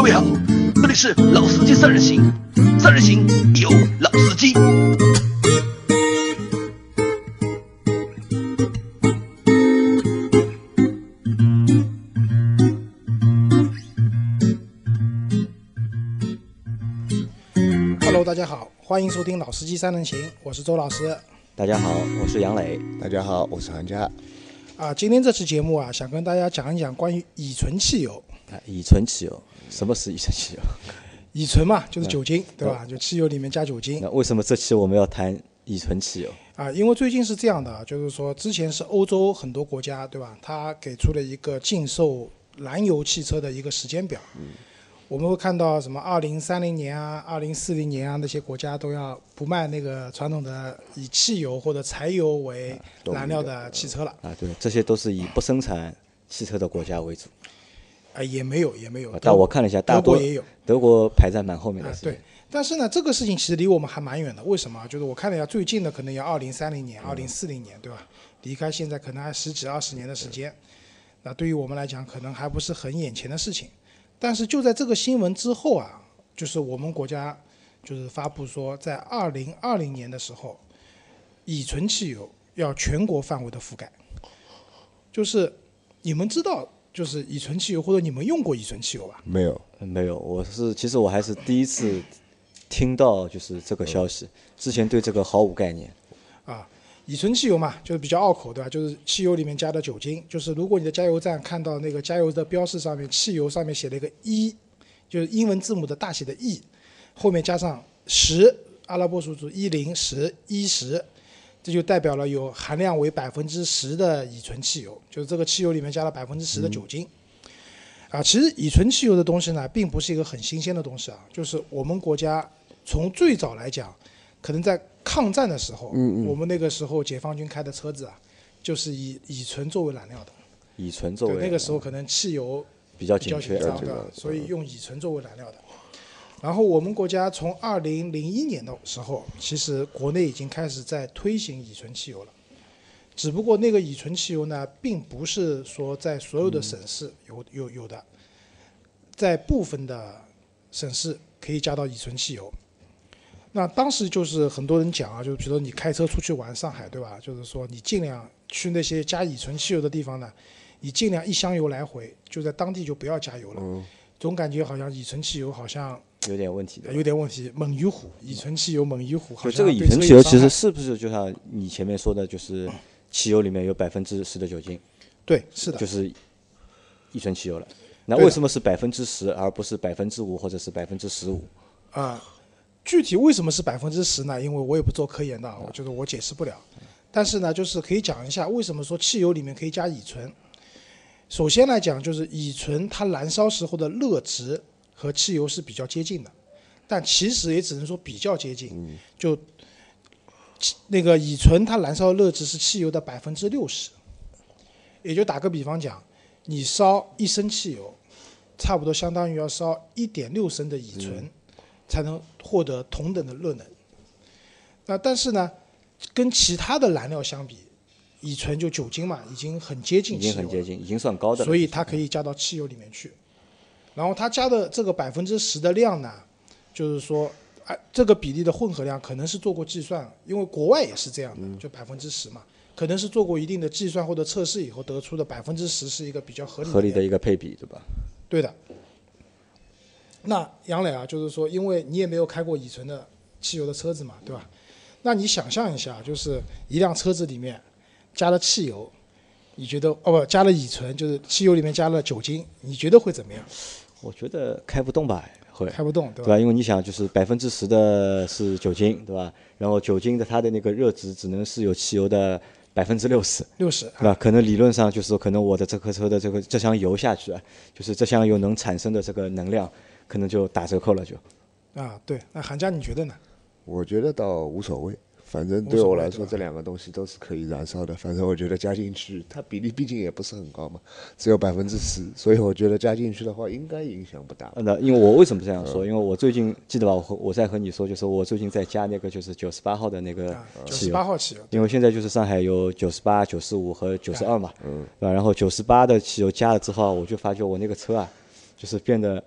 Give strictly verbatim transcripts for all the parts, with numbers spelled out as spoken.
位好，这里是老司机三人行，三人行有老司机。 Hello， 大家好，欢迎收听老司机三人行，我是周老师。 大家好，我是杨磊。 大家好，我是韩佳。 啊，今天这期节目啊，想跟大家讲一讲关于乙醇汽油。 啊，乙醇汽油，什么是乙醇汽油？ 乙醇嘛，就是酒精，对吧？就汽油里面加酒精。 那为什么这期我们要谈乙醇汽油？ 啊，因为最近是这样的，就是说之前是欧洲很多国家，对吧？它给出了一个禁售燃油汽车的一个时间表。嗯。我们会看到什么二零三零年啊、二零四零年啊，那些国家都要不卖那个传统的以汽油或者柴油为燃料的汽车了。 啊，对，这些都是以不生产汽车的国家为主。 啊，也没有，也没有。 但我看了一下，大多德国也有， 德国排在蛮后面的、 啊。对，但是呢，这个事情其实离我们还蛮远的。为什么？就是我看了一下，最近的可能要二零三零年、二零四零年，对吧？离开现在可能还十几二十年的时间。那对于我们来讲，可能还不是很眼前的事情。但是就在这个新闻之后啊，就是我们国家就是发布说，在二零二零年的时候，乙醇汽油要全国范围的覆盖。就是你们知道，就是乙醇汽油，或者你们用过乙醇汽油吧？ 没有， 没有。我是其实我还是第一次听到就是这个消息，之前对这个毫无概念。 啊。乙醇汽油嘛，就是比较拗口，对吧？就是汽油里面加的酒精，就是如果你的加油站看到那个加油的标识上面，汽油上面写了一个一，就是英文字母的大写的 E， 后面加上十，阿拉伯数字一零十一十，这就代表了有含量为百分之十的乙醇汽油，就是这个汽油里面加了百分之十的酒精。嗯、啊，其实乙醇汽油的东西呢，并不是一个很新鲜的东西啊，就是我们国家从最早来讲，可能在抗战的时候，嗯嗯我们那个时候解放军开的车子啊，就是以乙醇作为燃料的。 乙醇作为对，那个时候可能汽油比较紧缺， 对吧？所以用乙醇作为燃料的。然后我们国家从二零零一年的时候，其实国内已经开始在推行乙醇汽油了。只不过那个乙醇汽油呢，并不是说在所有的省市有有有的，在部分的省市可以加到乙醇汽油。那当时就是很多人讲啊，就是比如说你开车出去玩上海，对吧？就是说你尽量去那些加乙醇汽油的地方呢，你尽量一箱油来回，就在当地就不要加油了。嗯、总感觉好像乙醇汽油好像有点问题， 有点问题。猛于虎，乙醇汽油猛于虎。好像这个乙醇汽油其实是不是就像你前面说的，就是汽油里面有百分之十的酒精？ 对，是的， 就是乙醇汽油了。那为什么是百分之十，而不是百分之五或者是百分之十五？ 啊。具体为什么是百分之十呢？因为我也不做科研的，我觉得我解释不了。但是呢，就是可以讲一下为什么说汽油里面可以加乙醇。首先来讲，就是乙醇它燃烧时候的热值和汽油是比较接近的，但其实也只能说比较接近。就那个乙醇它燃烧的热值是汽油的百分之六十，也就打个比方讲，你烧一升汽油，差不多相当于要烧一点六升的乙醇。嗯才能获得同等的热能。那但是呢，跟其他的燃料相比，乙醇就酒精嘛，已经很接近汽油了， 已经很接近，已经算高的了， 所以它可以加到汽油里面去。然后它加的这个百分之十的量呢，就是说，哎，这个比例的混合量可能是做过计算，因为国外也是这样的，就百分之十嘛，可能是做过一定的计算或者测试以后得出的百分之十是一个比较合理的合理的一个配比，对吧？ 对的。那杨磊啊，就是说，因为你也没有开过乙醇的汽油的车子嘛，对吧？那你想象一下，就是一辆车子里面加了汽油，你觉得哦不，加了乙醇，就是汽油里面加了酒精，你觉得会怎么样？ 我觉得开不动吧，会开不动，对吧？ 对吧？因为你想，就是百分之十的是酒精，对吧？然后酒精的它的那个热值只能是有汽油的百分之六十， 六十， 对吧？可能理论上就是说，可能我的这颗车的这个这箱油下去啊，就是这箱油能产生的这个能量。可能就打折扣了就， 啊对，那韩佳你觉得呢？ 我觉得倒无所谓，反正对我来说这两个东西都是可以燃烧的。反正我觉得加进去，它比例毕竟也不是很高嘛，只有百分之十，所以我觉得加进去的话应该影响不大。 那因为我为什么这样说？因为我最近记得吧，我和我在和你说，就是我最近在加那个就是九十八号的那个汽油， 九十八号汽油， 因为现在就是上海有九十八、九十五和九十二嘛，嗯，对吧？然后九十八的汽油加了之后，我就发觉我那个车啊，就是变得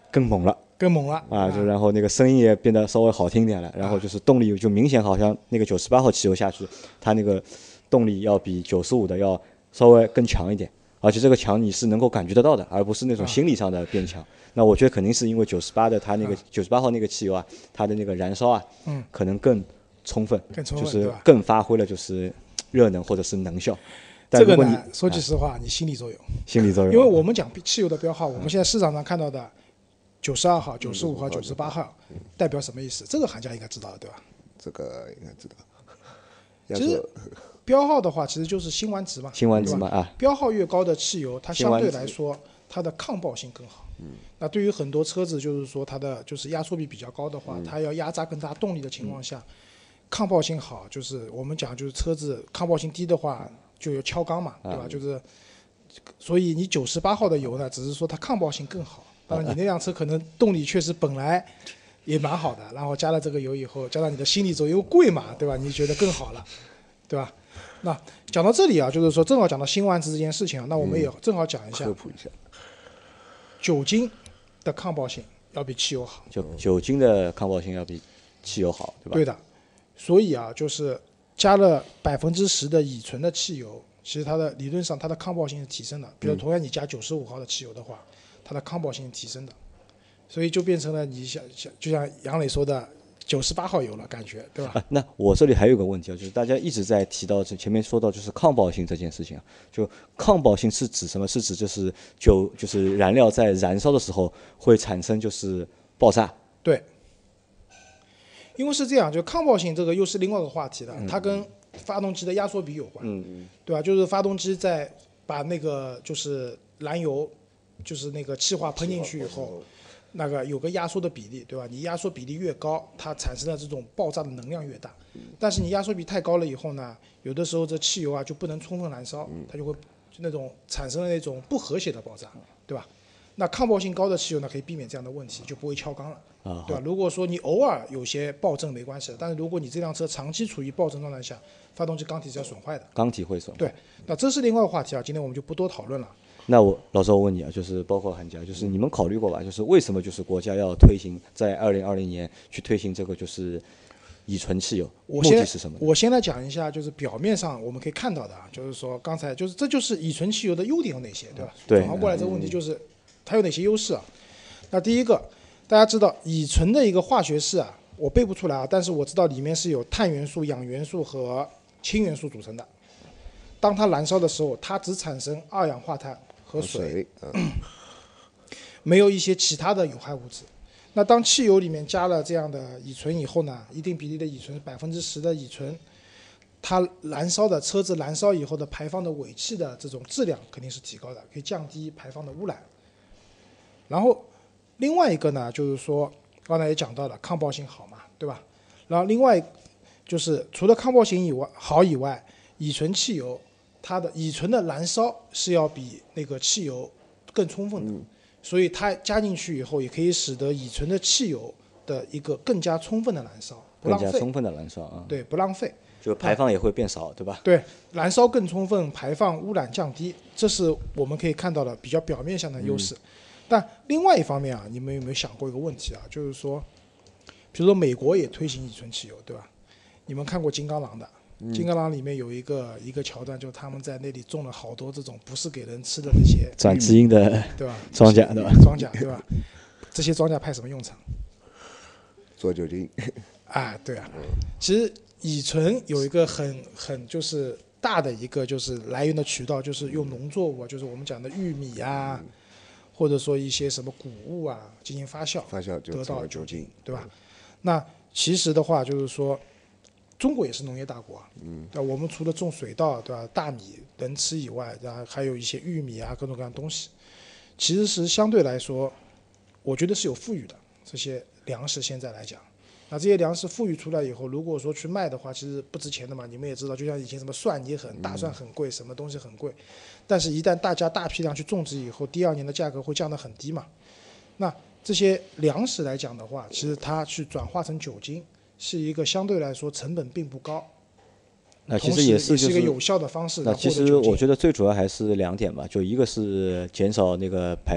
更猛了。 更猛了啊，就然后那个声音也变得稍微好听点了，然后就是动力就明显好像那个九十八号汽油下去，它那个动力要比九十五的要稍微更强一点，而且这个强你是能够感觉得到的，而不是那种心理上的变强。那我觉得肯定是因为九十八的它那个九十八号那个汽油啊，它的那个燃烧啊， 嗯， 可能更充分， 更充分就是更发挥了就是热能或者是能效。 这个呢，说句实话，你心理作用， 心理作用， 因为我们讲汽油的标号，我们现在市场上看到的。九十二号、九十五号、九十八号，代表什么意思？这个行家应该知道的，对吧？ 这个应该知道。 其实标号的话，其实就是辛烷值嘛， 辛烷值嘛啊。 标号越高的汽油，它相对来说它的抗爆性更好。嗯。那对于很多车子，就是说它的就是压缩比比较高的话，嗯、它要压榨更大动力的情况下，嗯、抗爆性好，就是我们讲就是车子抗爆性低的话，就有敲缸嘛，对吧？啊、就是，所以你九十八号的油呢，只是说它抗爆性更好。当然，你那辆车可能动力确实本来也蛮好的，然后加了这个油以后，加上你的心理作用，因为贵嘛，对吧？你觉得更好了，对吧？那讲到这里啊，就是说正好讲到辛烷值这件事情啊，那我们也正好讲一下， 科普一下， 酒精的抗爆性要比汽油好， 就酒精的抗爆性要比汽油好，对吧？ 对的，所以啊，就是加了百分之十的乙醇的汽油，其实它的理论上它的抗爆性是提升的。比如同样你加九十五号的汽油的话。它的抗爆性提升的，所以就变成了你像像就像杨磊说的九十八号油了，感觉对吧？ 啊，那我这里还有个问题啊，就是大家一直在提到前面说到就是抗爆性这件事情啊，就抗爆性是指什么？是指就是酒就是燃料在燃烧的时候会产生就是爆炸？ 对，因为是这样，就抗爆性这个又是另外一个话题了，嗯、它跟发动机的压缩比有关，嗯、对吧？就是发动机在把那个就是燃油。就是那个气化喷进去以后，那个有个压缩的比例，对吧？你压缩比例越高，它产生的这种爆炸的能量越大。但是你压缩比太高了以后呢，有的时候这汽油啊就不能充分燃烧，它就会那种产生了那种不和谐的爆炸，对吧？那抗爆性高的汽油呢，可以避免这样的问题，就不会敲缸了，对吧？如果说你偶尔有些爆震没关系，但是如果你这辆车长期处于爆震状态下，发动机缸体是要损坏的。 缸体会损坏。 对，那这是另外一个话题啊，今天我们就不多讨论了。 那我老周我问你啊，就是包括韩家，就是你们考虑过吧？就是为什么就是国家要推行在二零二零年去推行这个就是乙醇汽油，目的是什么？ 我先来讲一下，就是表面上我们可以看到的啊，就是说刚才就是这就是乙醇汽油的优点有哪些，对吧？ 对。 转换过来这个问题就是它有哪些优势啊？那第一个，大家知道乙醇的一个化学式啊，我背不出来啊，但是我知道里面是有碳元素、氧元素和氢元素组成的。当它燃烧的时候，它只产生二氧化碳和水，嗯、没有一些其他的有害物质。那当汽油里面加了这样的乙醇以后呢，一定比例的乙醇，百分之十的乙醇，它燃烧的车子燃烧以后的排放的尾气的这种质量肯定是提高的，可以降低排放的污染。然后另外一个呢，就是说刚才也讲到了抗爆性好嘛，对吧？然后另外就是除了抗爆性以外好以外，乙醇汽油它的乙醇的燃烧是要比那个汽油更充分的，嗯、所以它加进去以后，也可以使得乙醇的汽油的一个更加充分的燃烧，不浪费。 更加充分的燃烧啊。 对，不浪费。 就排放也会变少，对吧？ 对，燃烧更充分，排放污染降低，这是我们可以看到的比较表面上的优势。嗯、但另外一方面啊，你们有没有想过一个问题啊？就是说，比如说美国也推行乙醇汽油，对吧？你们看过《金刚狼》的？《金刚狼》里面有一个一个桥段，就是他们在那里种了好多这种不是给人吃的那些转基因的， 对吧？ 庄稼，对吧？ 庄稼，对吧？这些庄稼派什么用场？ 做酒精。 啊，对啊。其实乙醇有一个很很就是大的一个就是来源的渠道，就是用农作物啊，就是我们讲的玉米啊，嗯、或者说一些什么谷物啊进行发酵， 发酵就得到酒精， 对吧？那其实的话就是说。中国也是农业大国啊，嗯，对吧？我们除了种水稻，对吧？大米能吃以外，然后还有一些玉米啊，各种各样的东西，其实是相对来说，我觉得是有富裕的这些粮食。现在来讲，那这些粮食富裕出来以后，如果说去卖的话，其实不值钱的嘛。你们也知道，就像以前什么蒜也很，大蒜很贵，什么东西很贵，但是一旦大家大批量去种植以后，第二年的价格会降得很低嘛。那这些粮食来讲的话，其实它去转化成酒精。是一个相对来说成本并不高， 那其实也是一个有效的方式。 那其实我觉得最主要还是两点吧，就一个是减少那个排放，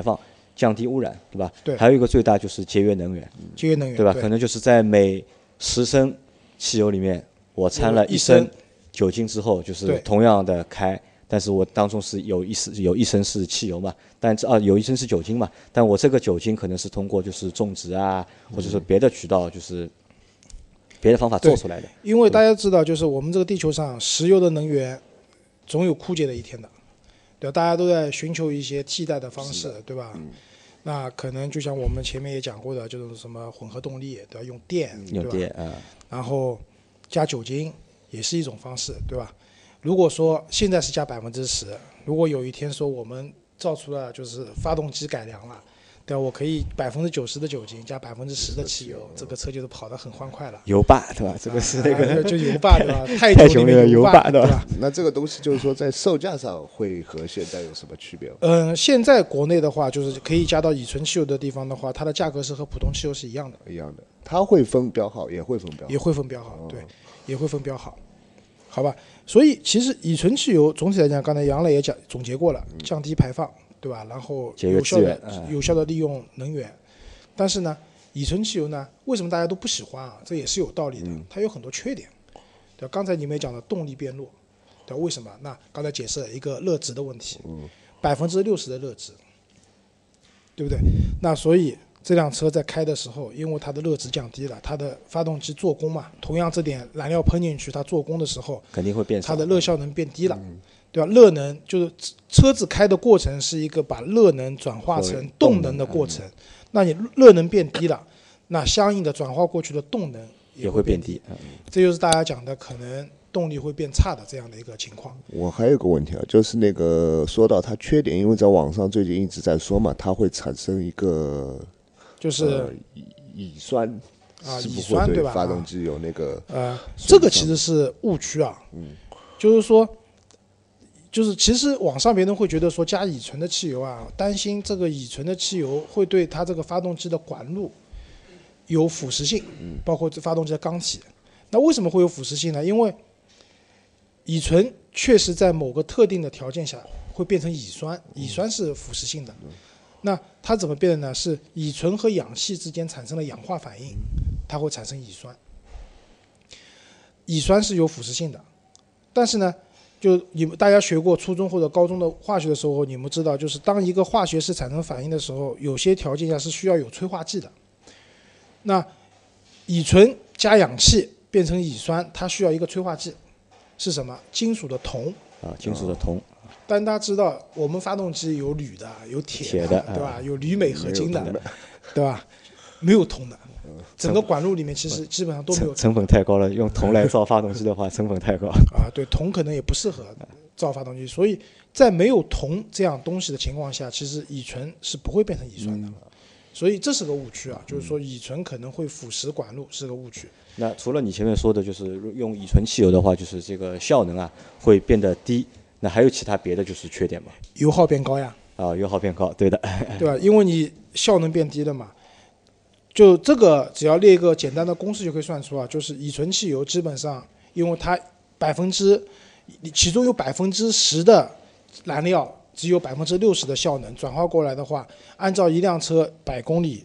降低污染，对吧？ 对还有一个最大就是节约能源， 节约能源， 对吧？可能就是在每十升汽油里面，我掺了一升酒精之后，就是同样的开，但是我当中是有一升有一升是汽油嘛，但啊有一升是酒精嘛，但我这个酒精可能是通过就是种植啊，或者说别的渠道，就是别的方法做出来的。 因为大家知道，就是我们这个地球上石油的能源总有枯竭的一天的，对吧？大家都在寻求一些替代的方式，对吧？嗯，那可能就像我们前面也讲过的，就是什么混合动力，对吧？用电， 用电啊， 然后加酒精也是一种方式，对吧？如果说现在是加百分之十，如果有一天说我们造出了就是发动机改良了，对吧？我可以百分之九十的酒精加百分之十的汽油，这个车就是跑得很欢快了。 油霸，对吧？这个是那个、 啊、就油霸，对吧？太久里面油霸，对吧？ 那这个东西就是说在售价上会和现在有什么区别吗？ 嗯，现在国内的话，就是可以加到乙醇汽油的地方的话，它的价格是和普通汽油是一样的。 一样的，它会分标号，也会分标号， 也会分标号，对，也会分标号。好吧，所以其实乙醇汽油总体来讲，刚才杨磊也讲总结过了，降低排放，对吧？然后有效的、嗯、有效的利用能源。但是呢，乙醇汽油呢，为什么大家都不喜欢啊？这也是有道理的，它有很多缺点。对吧，刚才你们也讲了动力变弱，对吧？为什么？那刚才解释了一个热值的问题，百分之六十的热值，对不对？那所以这辆车在开的时候，因为它的热值降低了，它的发动机做工嘛，同样这点燃料喷进去，它做工的时候肯定会变少， 它的热效能变低了，嗯、对吧？热能就是车子开的过程是一个把热能转化成动能的过程，嗯、那你热能变低了，那相应的转化过去的动能也会变低， 嗯、 这就是大家讲的可能动力会变差的这样的一个情况。 我还有个问题啊，就是那个说到它缺点，因为在网上最近一直在说嘛，它会产生一个。就是、呃、乙酸啊，乙酸对吧？ 发动机有那个呃，这个其实是误区啊。嗯，就是说，就是其实网上别人会觉得说加乙醇的汽油啊，担心这个乙醇的汽油会对它这个发动机的管路有腐蚀性，嗯，包括发动机的缸体。那为什么会有腐蚀性呢？因为乙醇确实在某个特定的条件下会变成乙酸，乙酸是腐蚀性的。嗯，那它怎么变的呢？是乙醇和氧气之间产生了氧化反应，它会产生乙酸。乙酸是有腐蚀性的，但是呢，就你们大家学过初中或者高中的化学的时候，你们知道，就是当一个化学式产生反应的时候，有些条件下是需要有催化剂的。那乙醇加氧气变成乙酸，它需要一个催化剂，是什么？金属的铜啊，金属的铜。 但大家知道，我们发动机有铝的，有铁的，对吧？有铝镁合金的，对吧？没有铜的，整个管路里面其实基本上都没有。 成本太高了，用铜来造发动机的话，成本太高。 啊，对，铜可能也不适合造发动机，所以在没有铜这样东西的情况下，其实乙醇是不会变成乙酸的。所以这是个误区啊，就是说乙醇可能会腐蚀管路，是个误区。 那除了你前面说的，就是用乙醇汽油的话，就是这个效能啊会变得低。那还有其他别的就是缺点吗？ 油耗变高呀。 啊，油耗变高，对的。 对吧？因为你效能变低了嘛。就这个只要列一个简单的公式就可以算出啊，就是乙醇汽油基本上，因为它百分之，其中有百分之十的燃料只有百分之六十的效能，转化过来的话，按照一辆车百公里，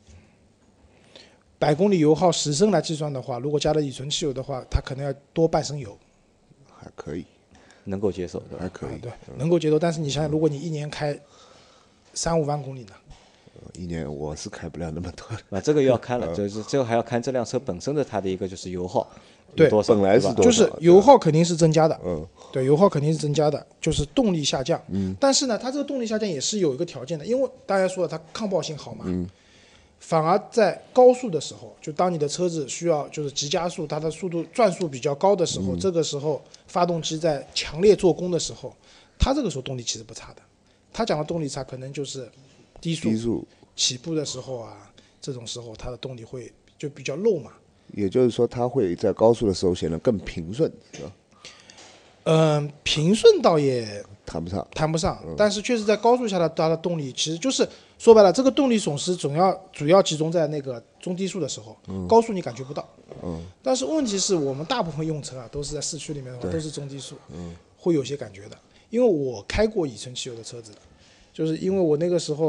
百公里油耗十升来计算的话，如果加了乙醇汽油的话，它可能要多半升油。 还可以。 能够接受的， 还可以， 啊、对，能够接受。但是你想想，如果你一年开三五万公里呢？ 一年我是开不了那么多的。啊，这个要看了，就是这个还要看这辆车本身的它的一个就是油耗， 对， 多少， 本来是多少， 就是油耗肯定是增加的， 嗯， 对，油耗肯定是增加的，就是动力下降，嗯，但是呢，它这个动力下降也是有一个条件的，因为大家说了它抗爆性好嘛，嗯。反而在高速的时候，就当你的车子需要就是急加速，它的速度转速比较高的时候，嗯、这个时候发动机在强烈做工的时候，它这个时候动力其实不差的。它讲的动力差可能就是低速， 低速起步的时候啊，这种时候它的动力会就比较漏嘛。 也就是说，它会在高速的时候显得更平顺，是吧？ 嗯，平顺倒也谈不上， 谈不上，嗯、但是确实在高速下的它的动力其实就是说白了，这个动力损失总要主要集中在那个中低速的时候，嗯、高速你感觉不到。嗯。但是问题是我们大部分用车啊都是在市区里面的话都是中低速，嗯，会有些感觉的。因为我开过乙醇汽油的车子，就是因为我那个时候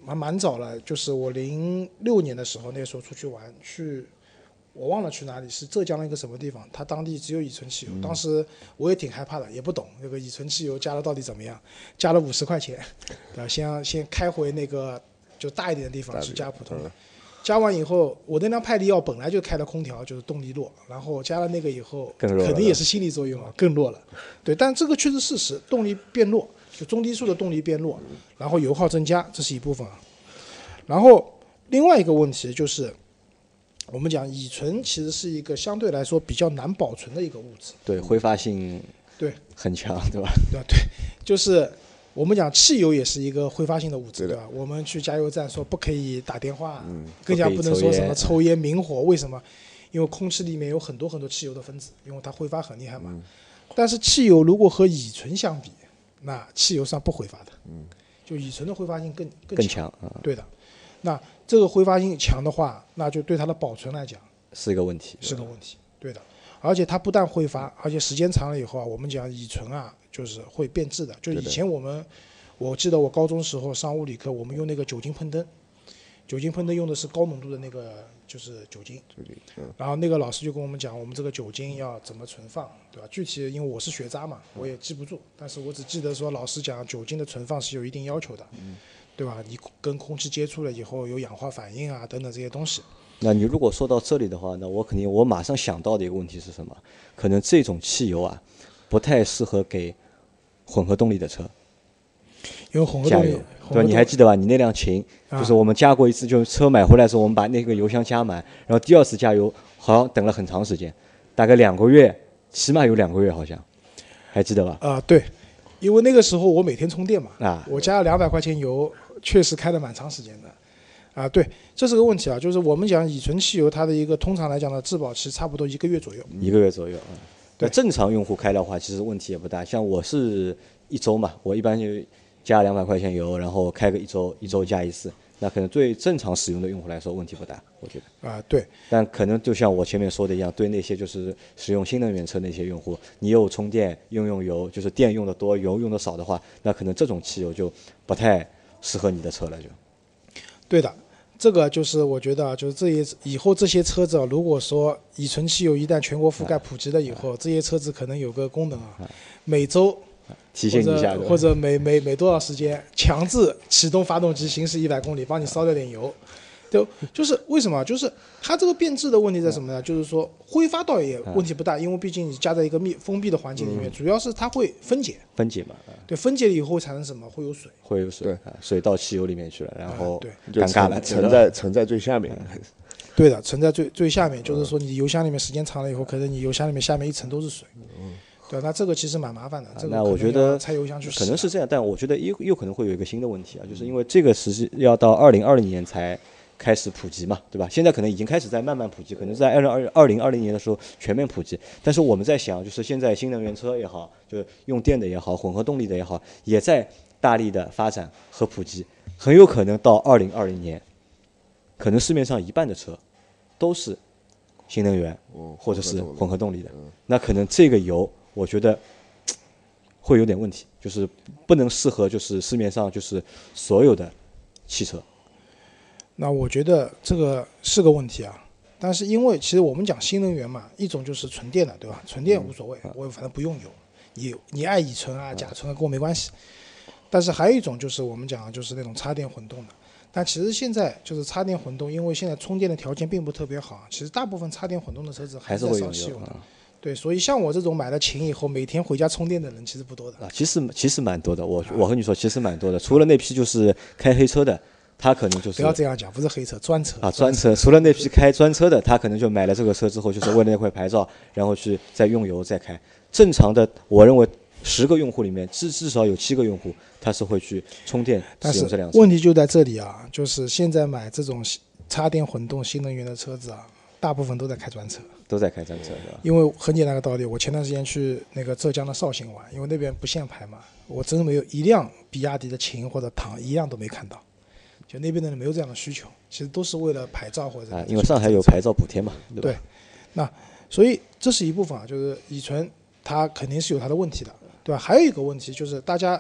蛮蛮早了，就是我零六年的时候，那个时候出去玩，去我忘了去哪里，是浙江的一个什么地方，它当地只有乙醇汽油， 嗯、 当时我也挺害怕的，也不懂那个乙醇汽油加了到底怎么样，加了五十块钱，对吧？先先开回那个就大一点的地方去加普通的。加完以后，我那辆派力奥本来就开了空调，就是动力弱，然后加了那个以后，肯定也是心理作用啊，更弱了。对，但这个确实事实，动力变弱，就中低速的动力变弱，然后油耗增加，这是一部分啊。然后另外一个问题就是，我们讲乙醇其实是一个相对来说比较难保存的一个物质， 对，挥发性对很强，对吧？ 对对，就是。我们讲汽油也是一个挥发性的物质，对吧？我们去加油站说不可以打电话，嗯、更加不能说什么抽烟、明火。为什么？因为空气里面有很多很多汽油的分子，因为它挥发很厉害嘛。嗯、但是汽油如果和乙醇相比，那汽油上不挥发的，嗯、就乙醇的挥发性更更强。 更强啊、 对的。那这个挥发性强的话，那就对它的保存来讲是一个问题， 是个问题。对的。而且它不但挥发，而且时间长了以后啊，我们讲乙醇啊。就是会变质的，就以前我们，我记得我高中时候上物理课，我们用那个酒精喷灯，酒精喷灯用的是高浓度的那个就是酒精， 酒精，嗯， 然后那个老师就跟我们讲，我们这个酒精要怎么存放，对吧？具体因为我是学渣嘛，我也记不住，但是我只记得说老师讲酒精的存放是有一定要求的，嗯，对吧？你跟空气接触了以后有氧化反应啊等等这些东西。 那你如果说到这里的话，那我肯定我马上想到的一个问题是什么？可能这种汽油啊，不太适合给混合动力的车， 因为混合动力， 对吧？你还记得吧？你那辆秦，啊、就是我们加过一次，就是车买回来的时候，我们把那个油箱加满，然后第二次加油，好像等了很长时间，大概两个月，起码有两个月，好像，还记得吧？ 啊、呃，对，因为那个时候我每天充电嘛， 啊， 我加了两百块钱油，确实开了蛮长时间的，啊，对，这是个问题啊，就是我们讲乙醇汽油，它的一个通常来讲的质保期差不多一个月左右， 一个月左右啊。对，正常用户开的话，其实问题也不大。像我是一周嘛，我一般就加两百块钱油，然后开个一周，一周加一次，那可能对正常使用的用户来说问题不大，我觉得。 啊，对。 但可能就像我前面说的一样，对那些就是使用新能源车那些用户，你又充电又用油，就是电用的多，油用的少的话，那可能这种汽油就不太适合你的车了，就。 对的。这个就是我觉得，就是这些以后这些车子，如果说乙醇汽油一旦全国覆盖普及了以后，这些车子可能有个功能啊，每周提醒你一下， 或者每每每多少时间强制启动发动机行驶一百公里，帮你烧掉点油。就就是为什么？就是它这个变质的问题在什么呢？就是说挥发倒也问题不大，因为毕竟你加在一个密封闭的环境里面，主要是它会分解。 分解嘛。 对，分解了以后产生什么？会有水。 会有水，水到汽油里面去了，然后对， 尴尬了， 沉在沉在最下面。 对的，沉在最最下面，就是说你油箱里面时间长了以后，可能你油箱里面下面一层都是水。对，那这个其实蛮麻烦的。这个那我觉得拆油箱去可能是这样，但我觉得又又可能会有一个新的问题啊，就是因为这个实际要到二零二零年才开始普及嘛，对吧？现在可能已经开始在慢慢普及，可能在二零二二零二零年的时候全面普及。但是我们在想，就是现在新能源车也好，就是用电的也好，混合动力的也好，也在大力的发展和普及。很有可能到二零二零年，可能市面上一半的车都是新能源或者是混合动力的。那可能这个油，我觉得会有点问题，就是不能适合就是市面上就是所有的汽车。 那我觉得这个是个问题啊，但是因为其实我们讲新能源嘛，一种就是纯电的，对吧？纯电无所谓，我反正不用油，你你爱乙醇啊、甲醇啊跟我没关系。但是还有一种就是我们讲就是那种插电混动的，但其实现在就是插电混动，因为现在充电的条件并不特别好，其实大部分插电混动的车子还是在烧汽油的。对，所以像我这种买了秦以后每天回家充电的人其实不多的啊，其实其实蛮多的，我我和你说其实蛮多的，除了那批就是开黑车的。他可能就是不要这样讲，不是黑车，专车啊，专车。除了那批开专车的，他可能就买了这个车之后，就是为了那块牌照，然后去再用油再开。正常的，我认为十个用户里面至至少有七个用户他是会去充电使用这辆车。 但是问题就在这里啊，就是现在买这种插电混动新能源的车子啊，大部分都在开专车， 都在开专车，是吧？ 因为很简单的道理，我前段时间去那个浙江的绍兴玩，因为那边不限牌嘛，我真的没有一辆比亚迪的秦或者唐一辆都没看到。就那边的人没有这样的需求，其实都是为了牌照或者、 啊、因为上海有牌照补贴嘛，对吧？ 对，那所以这是一部分啊，就是乙醇它肯定是有它的问题的，对吧？还有一个问题就是大家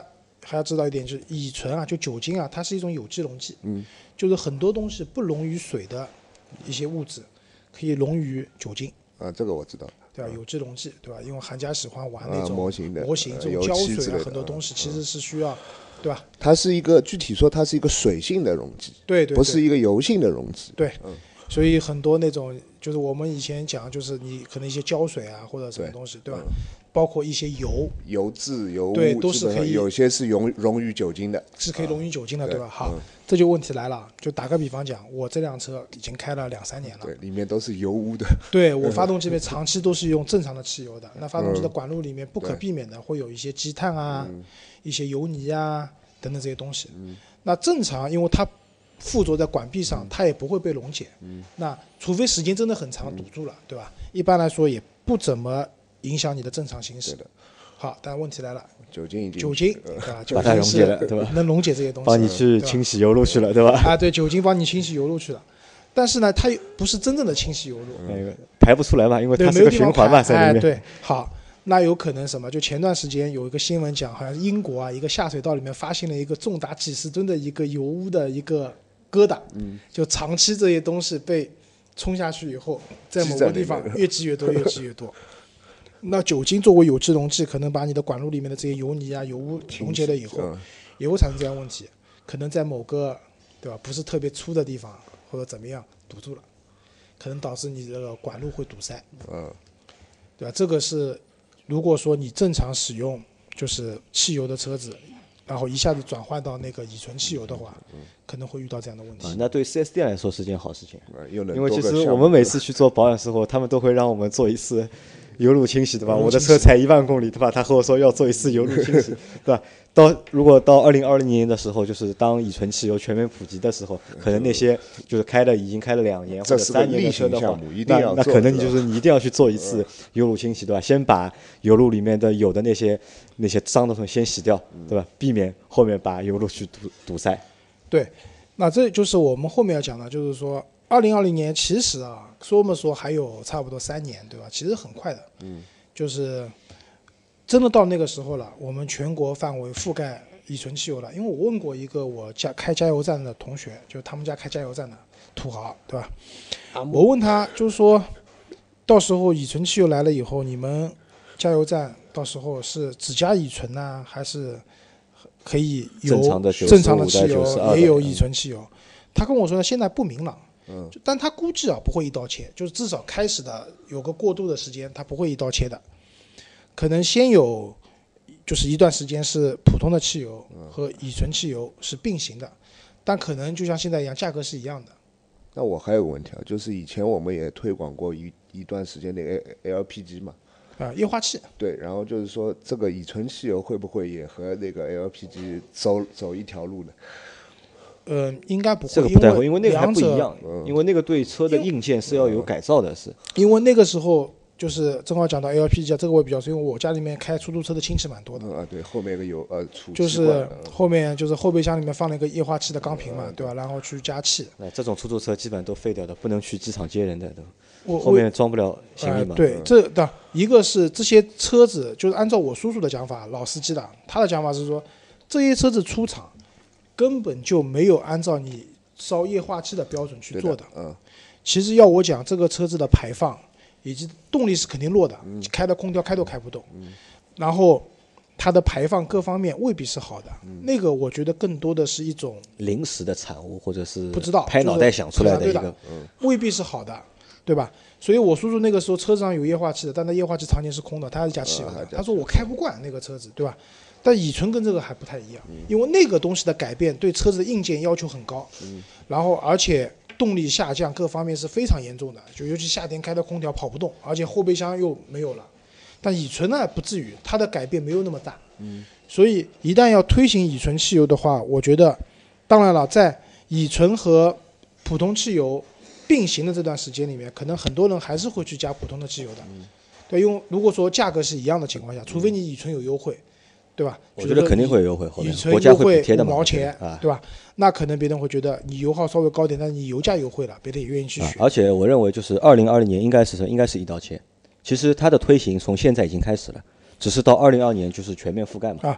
还要知道一点，就是乙醇啊，就酒精啊，它是一种有机溶剂，嗯，就是很多东西不溶于水的一些物质，可以溶于酒精。 啊，这个我知道。 对吧？有机溶剂，对吧？因为韩家喜欢玩那种啊模型的模型，这种胶水啊，很多东西其实是需要，对吧？ 它是一个具体说，它是一个水性的溶剂， 对对， 不是一个油性的溶剂。 对，所以很多那种就是我们以前讲，就是你可能一些胶水啊或者什么东西，对吧？包括一些油、 油质、油污， 对，都是可以， 有些是溶溶于酒精的， 是可以溶于酒精的，对吧？好，这就问题来了，就打个比方讲，我这辆车已经开了两三年了， 对，里面都是油污的， 对我发动机里面长期都是用正常的汽油的，那发动机的管路里面不可避免的会有一些积碳啊、一些油泥啊等等这些东西。那正常，因为它附着在管壁上，它也不会被溶解。那除非时间真的很长堵住了，对吧？一般来说也不怎么影响你的正常行驶。好，但问题来了， 酒精已经酒精对吧？ 把它溶解了，对吧？ 能溶解这些东西， 帮你去清洗油路去了，对吧？ 啊，对，酒精帮你清洗油路去了，但是呢，它不是真正的清洗油路， 嗯、排不出来嘛，因为它是个循环嘛，在里面。 哎，对，好，那有可能什么？就前段时间有一个新闻讲，好像是英国啊，一个下水道里面发现了一个重达几十吨的一个油污的一个疙瘩，嗯，就长期这些东西被冲下去以后，在某个地方越积越多，越积越多。那酒精作为有机溶剂，可能把你的管路里面的这些油泥啊、油污溶解了以后，也会产生这样问题，可能在某个对吧不是特别粗的地方或者怎么样堵住了，可能导致你这个管路会堵塞， 嗯， 对吧？这个是如果说你正常使用就是汽油的车子，然后一下子转换到那个乙醇汽油的话，可能会遇到这样的问题。 啊、那对 四 S 店来说是件好事情， 因为其实我们每次去做保养时候，他们都会让我们做一次油路清洗，对吧？我的车才一万公里，对吧？他和我说要做一次油路清洗，对吧？到如果到二零二零年的时候，就是当乙醇汽油全面普及的时候，可能那些就是开的已经开了两年或者三年的车的话，那那可能你就是你一定要去做一次油路清洗，对吧？先把油路里面的有的那些那些脏的东西先洗掉，对吧？避免后面把油路去堵堵塞。 对，那这就是我们后面要讲的，就是说二零二零年其实啊，说么说还有差不多三年，对吧？其实很快的，嗯，就是真的到那个时候了，我们全国范围覆盖乙醇汽油了。因为我问过一个我家开加油站的同学，就他们家开加油站的土豪，对吧？我问他就是说，到时候乙醇汽油来了以后，你们加油站到时候是只加乙醇呢，还是可以有正常的汽油也有乙醇汽油？他跟我说呢，现在不明朗。嗯，但他估计啊不会一刀切，就是至少开始的有个过渡的时间，他不会一刀切的，可能先有就是一段时间是普通的汽油和乙醇汽油是并行的，但可能就像现在一样，价格是一样的。 那我还有个问题啊，就是以前我们也推广过一一段时间那个 L P G 嘛， 啊，液化气。 对，然后就是说这个乙醇汽油会不会也和那个 L P G 走走一条路呢？ 呃，应该不会， 这个不太会，因为那个还不一样，因为那个对车的硬件是要有改造的，是。 因为那个时候就是正好讲到 L P G 啊，这个我也比较熟，因为我家里面开出租车的亲戚蛮多的。 啊，对，后面一个有呃储就是后面就是后备箱里面放了一个液化气的钢瓶嘛，对吧？然后去加气。 哎，这种出租车基本都废掉的，不能去机场接人的都。我后面装不了行李嘛、 呃？对，这的一个是这些车子，就是按照我叔叔的讲法，老司机的，他的讲法是说，这些车子出厂根本就没有按照你烧液化气的标准去做的。 嗯， 其实要我讲，这个车子的排放以及动力是肯定弱的，嗯、开的空调开都开不动。嗯，然后它的排放各方面未必是好的。嗯，那个我觉得更多的是一种临时的产物，或者是不知道拍脑袋想出来的一个， 就是嗯、未必是好的。对吧？所以我叔叔那个时候车上有液化气的，但那液化气常年是空的，他还是加汽油的。 呃、 他说我开不惯那个车子，对吧？但乙醇跟这个还不太一样，嗯、因为那个东西的改变对车子的硬件要求很高，嗯、然后而且动力下降各方面是非常严重的，就尤其夏天开的空调跑不动，而且后备箱又没有了。但乙醇呢不至于，它的改变没有那么大。嗯，所以一旦要推行乙醇汽油的话，我觉得，当然了，在乙醇和普通汽油并行的这段时间里面，可能很多人还是会去加普通的汽油的，嗯、对，因为如果说价格是一样的情况下，除非你乙醇有优惠，对吧？ 我觉得肯定会有优惠， 乙醇优惠五毛钱，啊、对吧？那可能别人会觉得你油耗稍微高点，但是你油价优惠了，别人也愿意去选。 啊、而且我认为，就是二零二零年应该是应该是一刀切。其实它的推行从现在已经开始了，只是到二零二年就是全面覆盖嘛。 啊，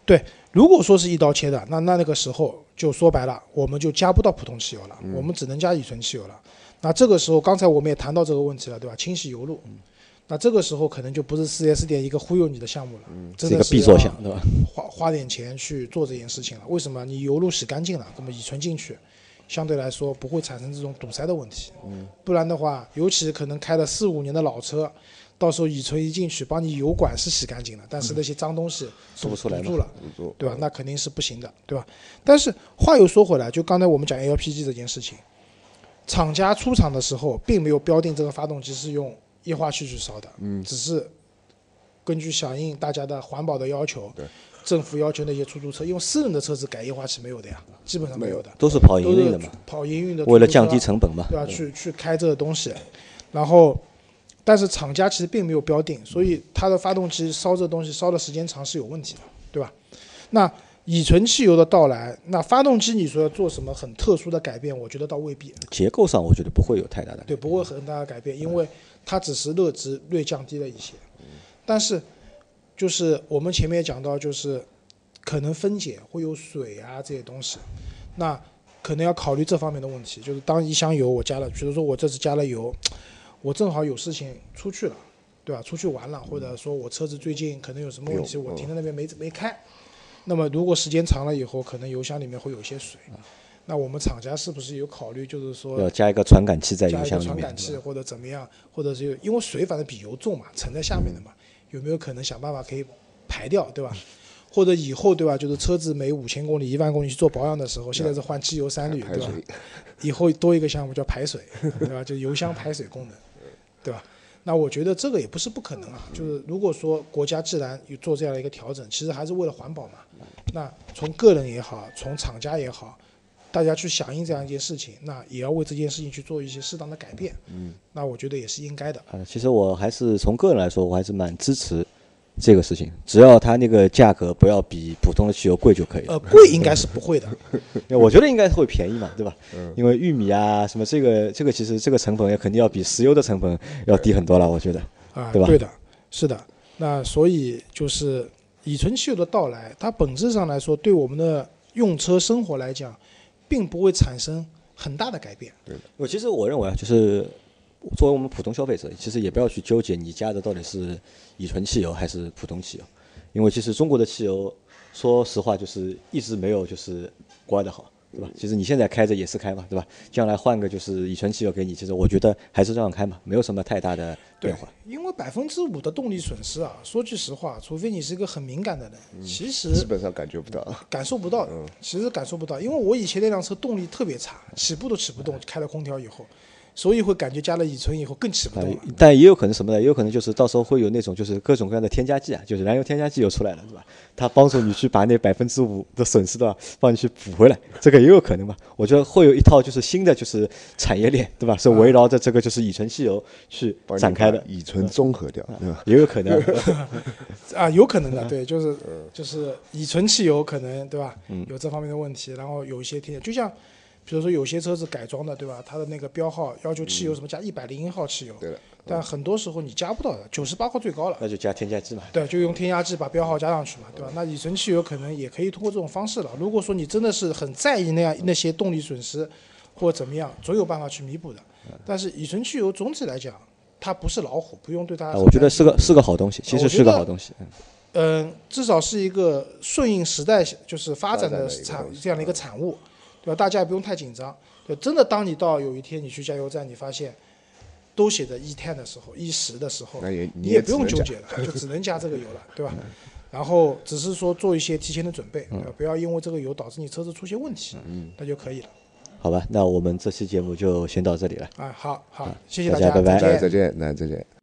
对，如果说是一刀切的，那那那个时候就说白了，我们就加不到普通汽油了， 嗯、 我们只能加乙醇汽油了。那这个时候，刚才我们也谈到这个问题了，对吧？清洗油路，嗯、那这个时候可能就不是 四 S 店一个忽悠你的项目了，嗯、真的是一个必做项，对吧？ 花花点钱去做这件事情了。为什么？你油路洗干净了，那么乙醇进去，相对来说不会产生这种堵塞的问题。嗯、不然的话，尤其可能开了四五年的老车。到时候乙醇一进去，帮你油管是洗干净了，但是那些脏东西堵不出来了，对吧？那肯定是不行的，对吧？但是话又说回来，就刚才我们讲 L P G 这件事情，厂家出厂的时候并没有标定这个发动机是用液化气去烧的，嗯，只是根据响应大家的环保的要求， 对， 政府要求那些出租车用私人的车子改液化气没有的呀，基本上没有的， 都是跑营运的嘛， 跑营运的， 为了降低成本嘛， 对吧？去去开这个东西，然后。但是厂家其实并没有标定，所以它的发动机烧这东西烧的时间长是有问题的，对吧？那乙醇汽油的到来，那发动机你说要做什么很特殊的改变，我觉得倒未必。 结构上我觉得不会有太大的改变， 对，不会很大的改变，因为它只是热值略降低了一些。但是就是我们前面也讲到，就是可能分解会有水啊这些东西，那可能要考虑这方面的问题。就是当一箱油我加了，比如说我这次加了油。我正好有事情出去了，对吧？出去玩了，或者说我车子最近可能有什么问题，我停在那边没没开。那么如果时间长了以后，可能油箱里面会有一些水。那我们厂家是不是有考虑，就是说要加一个传感器在油箱里面， 加一个传感器或者怎么样，或者是因为水反正比油重嘛，沉在下面的嘛，有没有可能想办法可以排掉，对吧？或者以后对吧，就是车子每五千公里、一万公里去做保养的时候，现在是换机油三滤，对吧？以后多一个项目叫排水，对吧？就油箱排水功能。对吧？那我觉得这个也不是不可能啊。就是如果说国家既然有做这样的一个调整，其实还是为了环保嘛。那从个人也好，从厂家也好，大家去响应这样一件事情，那也要为这件事情去做一些适当的改变。嗯，那我觉得也是应该的。 啊，其实我还是从个人来说，我还是蛮支持这个事情，只要它那个价格不要比普通的汽油贵就可以了。 呃，贵应该是不会的， 我觉得应该会便宜嘛，对吧？嗯。因为玉米啊什么这个这个其实这个成本也肯定要比石油的成本要低很多了，我觉得。 啊， 对吧？ 对的，是的。那所以就是乙醇汽油的到来，它本质上来说，对我们的用车生活来讲，并不会产生很大的改变。 对的。我其实我认为啊，就是作为我们普通消费者，其实也不要去纠结你加的到底是乙醇汽油还是普通汽油，因为其实中国的汽油，说实话就是一直没有就是国外的好，对吧？其实你现在开着也是开嘛，对吧？将来换个就是乙醇汽油给你，其实我觉得还是这样开嘛，没有什么太大的变化。 因为百分之五的动力损失啊，说句实话，除非你是一个很敏感的人，嗯、其实基本上感觉不到， 感受不到的。 嗯、 其实感受不到，因为我以前那辆车动力特别差，起步都起不动，开了空调以后。所以会感觉加了乙醇以后更起不动了、 呃，但也有可能什么呢？也有可能就是到时候会有那种就是各种各样的添加剂啊，就是燃油添加剂又出来了，对吧？它帮助你去把那百分之五的损失的帮你去补回来，这个也有可能吧？我觉得会有一套就是新的就是产业链，对吧？是围绕着这个就是乙醇汽油去展开的， 乙醇综合掉，对吧？ 也有可能啊，有可能的，对，就是就是乙醇汽油可能对吧？有这方面的问题，然后有一些添加，就像。比如说有些车子改装的，对吧？它的那个标号要求汽油什么加一百零一号汽油， 对的。 但很多时候你加不到的，九十八号最高了。 那就加添加剂嘛。 对，就用添加剂把标号加上去嘛，对吧？那乙醇汽油可能也可以通过这种方式了。如果说你真的是很在意那样那些动力损失或怎么样，总有办法去弥补的。但是乙醇汽油总体来讲，它不是老虎，不用对它。 我觉得是个是个好东西，其实是个好东西。 嗯、呃，至少是一个顺应时代就是发展的产这样的一个产物，对吧？大家也不用太紧张。对，真的，当你到有一天你去加油站，你发现都写着一 ten 的时候，一十的时候， 也你也不用纠结了，就只能加这个油了，对吧？然后只是说做一些提前的准备，对吧？不要因为这个油导致你车子出现问题，嗯，那就可以了。 好吧，那我们这期节目就先到这里了。 啊，好好，谢谢大家， 拜拜， 再见，来再见。